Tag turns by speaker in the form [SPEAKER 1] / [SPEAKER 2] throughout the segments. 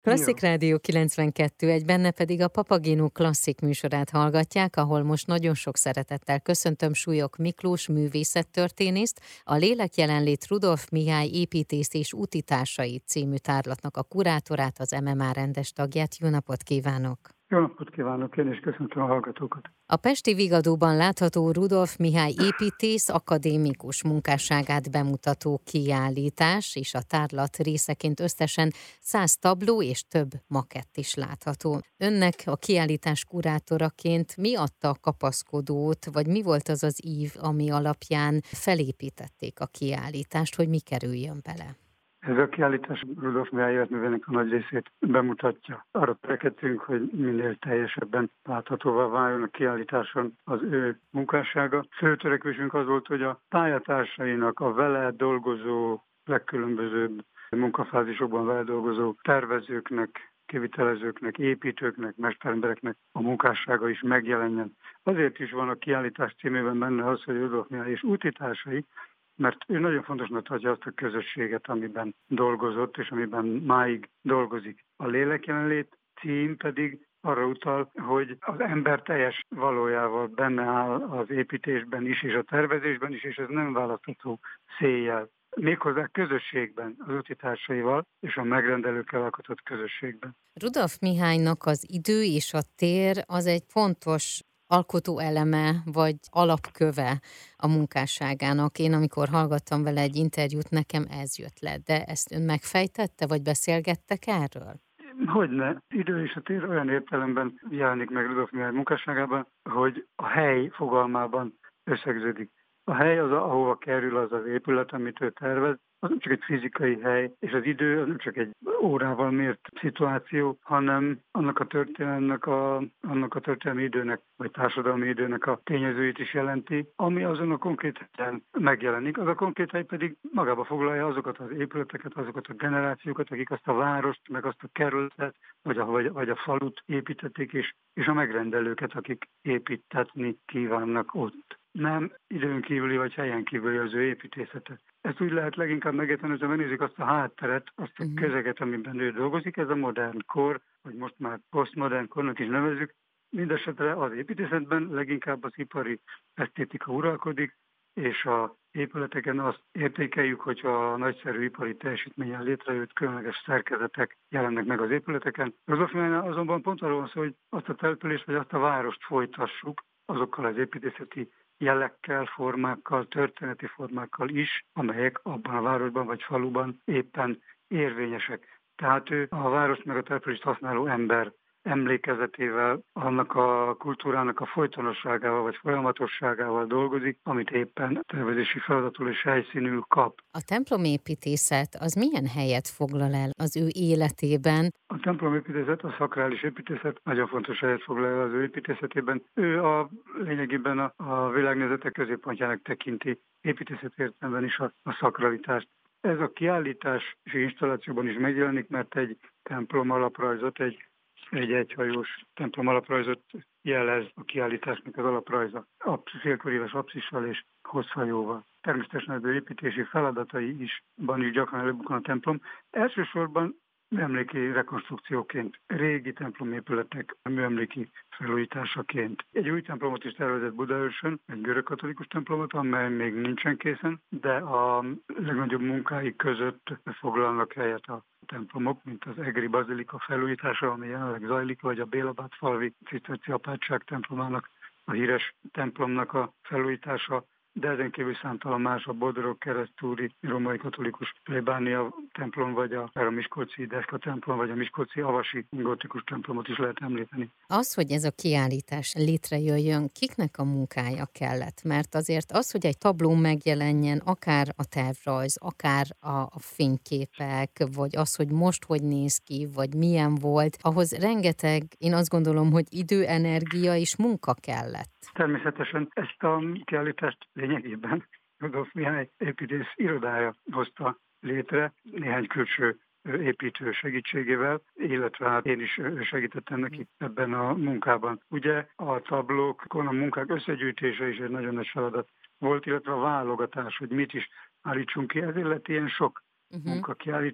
[SPEAKER 1] Klasszik
[SPEAKER 2] Jó,
[SPEAKER 1] Rádió 92.1, benne pedig a Papagéno klasszik műsorát hallgatják, ahol most nagyon sok szeretettel köszöntöm Súlyog Miklós művészettörténészt, a Lélek jelenlét Rudolf Mihály építész és útitársai című tárlatnak a kurátorát, az MMA rendes tagját. Jó napot kívánok!
[SPEAKER 2] jó napot kívánok, én is köszöntöm a hallgatókat.
[SPEAKER 1] A Pesti Vigadóban látható Rudolf Mihály építész akadémikus munkásságát bemutató kiállítás, és a tárlat részeként összesen 100 tabló és több makett is látható. Önnek a kiállítás kurátoraként mi adta a kapaszkodót, vagy mi volt az az ív, ami alapján felépítették a kiállítást, hogy mi kerüljön bele?
[SPEAKER 2] Ez a kiállítás Rudolf Mihály életművének a nagy részét bemutatja. Arra törekedtünk, hogy minél teljesebben láthatóvá váljon a kiállításon az ő munkássága. Fő törekvésünk az volt, hogy a pályatársainak, a vele dolgozó, legkülönbözőbb munkafázisokban vele dolgozó tervezőknek, kivitelezőknek, építőknek, mesterembereknek a munkássága is megjelenjen. Azért is van a kiállítás címében benne az, hogy Rudolf Mihály és útitársai, mert ő nagyon fontosnak tartja azt a közösséget, amiben dolgozott, és amiben máig dolgozik. A Lélek jelenlét cím pedig arra utal, hogy az ember teljes valójával benne áll az építésben is, és a tervezésben is, és ez nem választható széjjel. Méghozzá közösségben, az útitársaival és a megrendelőkkel alkotott közösségben.
[SPEAKER 1] Rudolf Mihálynak az idő és a tér az egy fontos alkotó eleme, vagy alapköve a munkásságának. Én, amikor hallgattam vele egy interjút, nekem ez jött le. De ezt ön megfejtette, vagy beszélgettek erről?
[SPEAKER 2] Hogyne. Idő és a tér olyan értelemben jelenik meg Rudolf Mihály munkásságában, hogy a hely fogalmában összegződik. A hely az, ahova kerül az az épület, amit ő tervez, az nem csak egy fizikai hely, és az idő az nem csak egy órával mért szituáció, hanem annak a történelmi időnek, vagy társadalmi időnek a tényezőit is jelenti, ami azon a konkrét helyen megjelenik. Az a konkrét hely pedig magába foglalja azokat az épületeket, azokat a generációkat, akik azt a várost, meg azt a kerületet, vagy a falut építették, és a megrendelőket, akik építetni kívánnak ott. Nem időn kívüli vagy helyen kívüli az ő építészete. Ezt úgy lehet leginkább megérteni, hogyha megnézzük azt a hátteret, azt a közeget, amiben ő dolgozik, ez a modern kor, vagy most már posztmodern kornak is nevezzük. Mindenesetre az építészetben leginkább az ipari esztétika uralkodik, és a épületeken azt értékeljük, hogyha a nagyszerű ipari teljesítményen létrejött különleges szerkezetek jelennek meg az épületeken. Rudolf Mihály azonban pont arról van szó, hogy azt a települést vagy azt a várost folytassuk azokkal az építészeti jelekkel, formákkal, történeti formákkal is, amelyek abban a városban vagy faluban éppen érvényesek. Tehát ő a várost meg a települést használó ember emlékezetével, annak a kultúrának a folytonosságával vagy folyamatosságával dolgozik, amit éppen tervezési feladatul és helyszínül kap.
[SPEAKER 1] A templomépítészet az milyen helyet foglal el az ő életében?
[SPEAKER 2] A templomépítészet, a szakrális építészet nagyon fontos helyet foglal el az ő építészetében. Ő lényegében a világnézetek középpontjának tekinti építészet értelemben is a szakralitást. Ez a kiállítás és installációban is megjelenik, mert egy templom alaprajzot, egy egyhajós templom alaprajzot jelez a kiállításnak az alaprajza. Félköríves apszissal és hosszhajóval. Természetesen az építési feladatai is gyakran előbukkan a templom. Elsősorban műemléki rekonstrukcióként, régi templomépületek műemléki felújításaként. Egy új templomot is tervezett Budaörsön, egy görögkatolikus templomot, amely még nincsen készen, de a legnagyobb munkái között foglalnak helyet a templomok, mint az Egri Bazilika felújítása, ami jelenleg zajlik, vagy a Bélabátfalvi Ciszterci apátság templomának, a híres templomnak a felújítása, de ezen kívül számtalan más, a Bodrog keresztúri római katolikus plébánia templom, vagy a miskolci Deszka templom, vagy a miskolci avasi gotikus templomot is lehet említeni.
[SPEAKER 1] Az, hogy ez a kiállítás létrejöjjön, kiknek a munkája kellett? Mert azért az, hogy egy tabló megjelenjen, akár a tervrajz, akár a fényképek, vagy az, hogy most hogy néz ki, vagy milyen volt, ahhoz rengeteg, én azt gondolom, hogy idő, energia és munka kellett.
[SPEAKER 2] Természetesen ezt a kiállítást lényegében Rudolf Mihály építész irodája hozta létre néhány külső építő segítségével, illetve hát én is segítettem neki ebben a munkában. Ugye a tablókon a munkák összegyűjtése is egy nagyon nagy feladat volt, illetve a válogatás, hogy mit is állítsunk ki. Ezért lett ilyen sok munka kiállítva,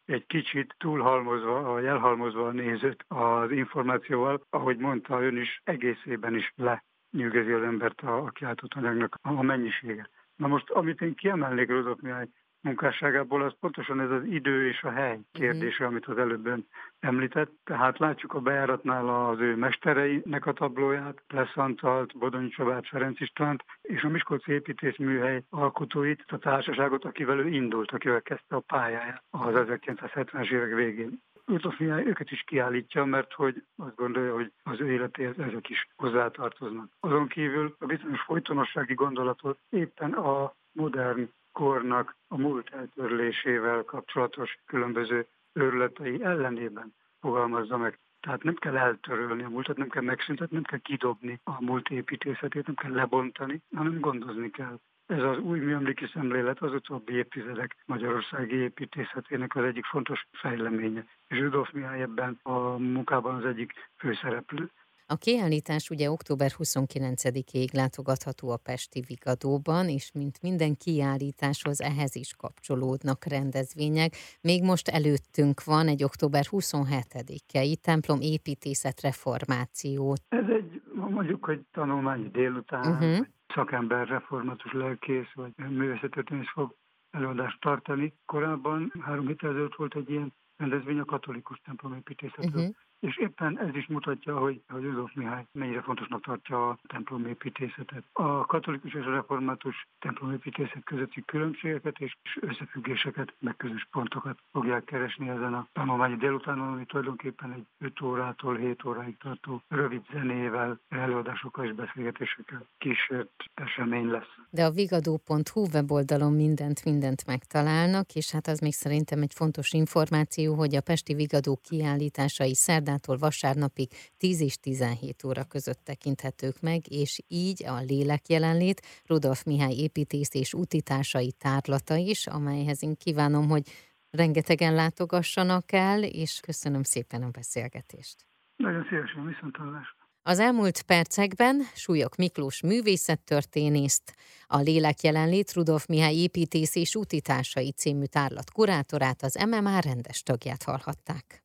[SPEAKER 2] egy kicsit túlhalmozva, elhalmozva a nézőt az információval, ahogy mondta ön is, egészében is lenyűgözi az embert a kiáltott anyagnak a mennyisége. Na most, amit én kiemelnék Rudolf Mihály munkásságából, az pontosan ez az idő és a hely kérdése, amit az előbb ön említett. Tehát látjuk a bejáratnál az ő mestereinek a tablóját, Plesz Antalt, Bodonyi Csabát, Ferenc Istvánt, és a Miskolci Építészműhely alkotóit, a társaságot, akivel ő indult, akivel kezdte a pályáját az 1970-es évek végén. Rudolf Mihály őket is kiállítja, mert hogy azt gondolja, hogy az ő életéhez ezek is hozzátartoznak. Azon kívül a bizonyos folytonossági gondolatot éppen a modern kornak a múlt eltörlésével kapcsolatos különböző őrületei ellenében fogalmazza meg. Tehát nem kell eltörölni a múltat, nem kell megszüntetni, nem kell kidobni a múlt építészetét, nem kell lebontani, hanem gondozni kell. Ez az új műemléki szemlélet az utóbbi évtizedek magyarországi építészetének az egyik fontos fejleménye. És Rudolf Mihály ebben a munkában az egyik főszereplő.
[SPEAKER 1] A kiállítás ugye október 29-ig látogatható a pesti Vigadóban, és mint minden kiállításhoz ehhez is kapcsolódnak rendezvények. Még most előttünk van egy október 27-i templom építészet reformáció.
[SPEAKER 2] Ez egy, mondjuk, hogy tanulmányi délután, vagy szakember, református lelkész, vagy művészettörténész fog előadást tartani. Korábban 3 héttel ezelőtt volt egy ilyen rendezvény a katolikus templomépítészetről. És éppen ez is mutatja, hogy Rudolf Mihály mennyire fontosnak tartja a templomépítészetet. A katolikus és a református templomépítészet közötti különbségeket és összefüggéseket, meg közös pontokat fogják keresni ezen a tanulmányi délutánon, ami tulajdonképpen egy 5 órától 7 óráig tartó rövid zenével, előadásokkal és beszélgetésekkel kísért esemény lesz.
[SPEAKER 1] De a vigadó.hu weboldalon mindent megtalálnak, és hát az még szerintem egy fontos információ, hogy a pesti Vigadó kiállításai szerdától vasárnapig 10 és 17 óra között tekinthetők meg, és így a lélek jelenlét, Rudolf Mihály építész és útitársai tárlata is, amelyhez én kívánom, hogy rengetegen látogassanak el, és köszönöm szépen a beszélgetést.
[SPEAKER 2] Nagyon szívesen, viszonthallásra.
[SPEAKER 1] Az elmúlt percekben Súlyog Miklós művészettörténészt, a lélek jelenlét Rudolf Mihály építész és útitársai című tárlat kurátorát, az MMA rendes tagját hallhatták.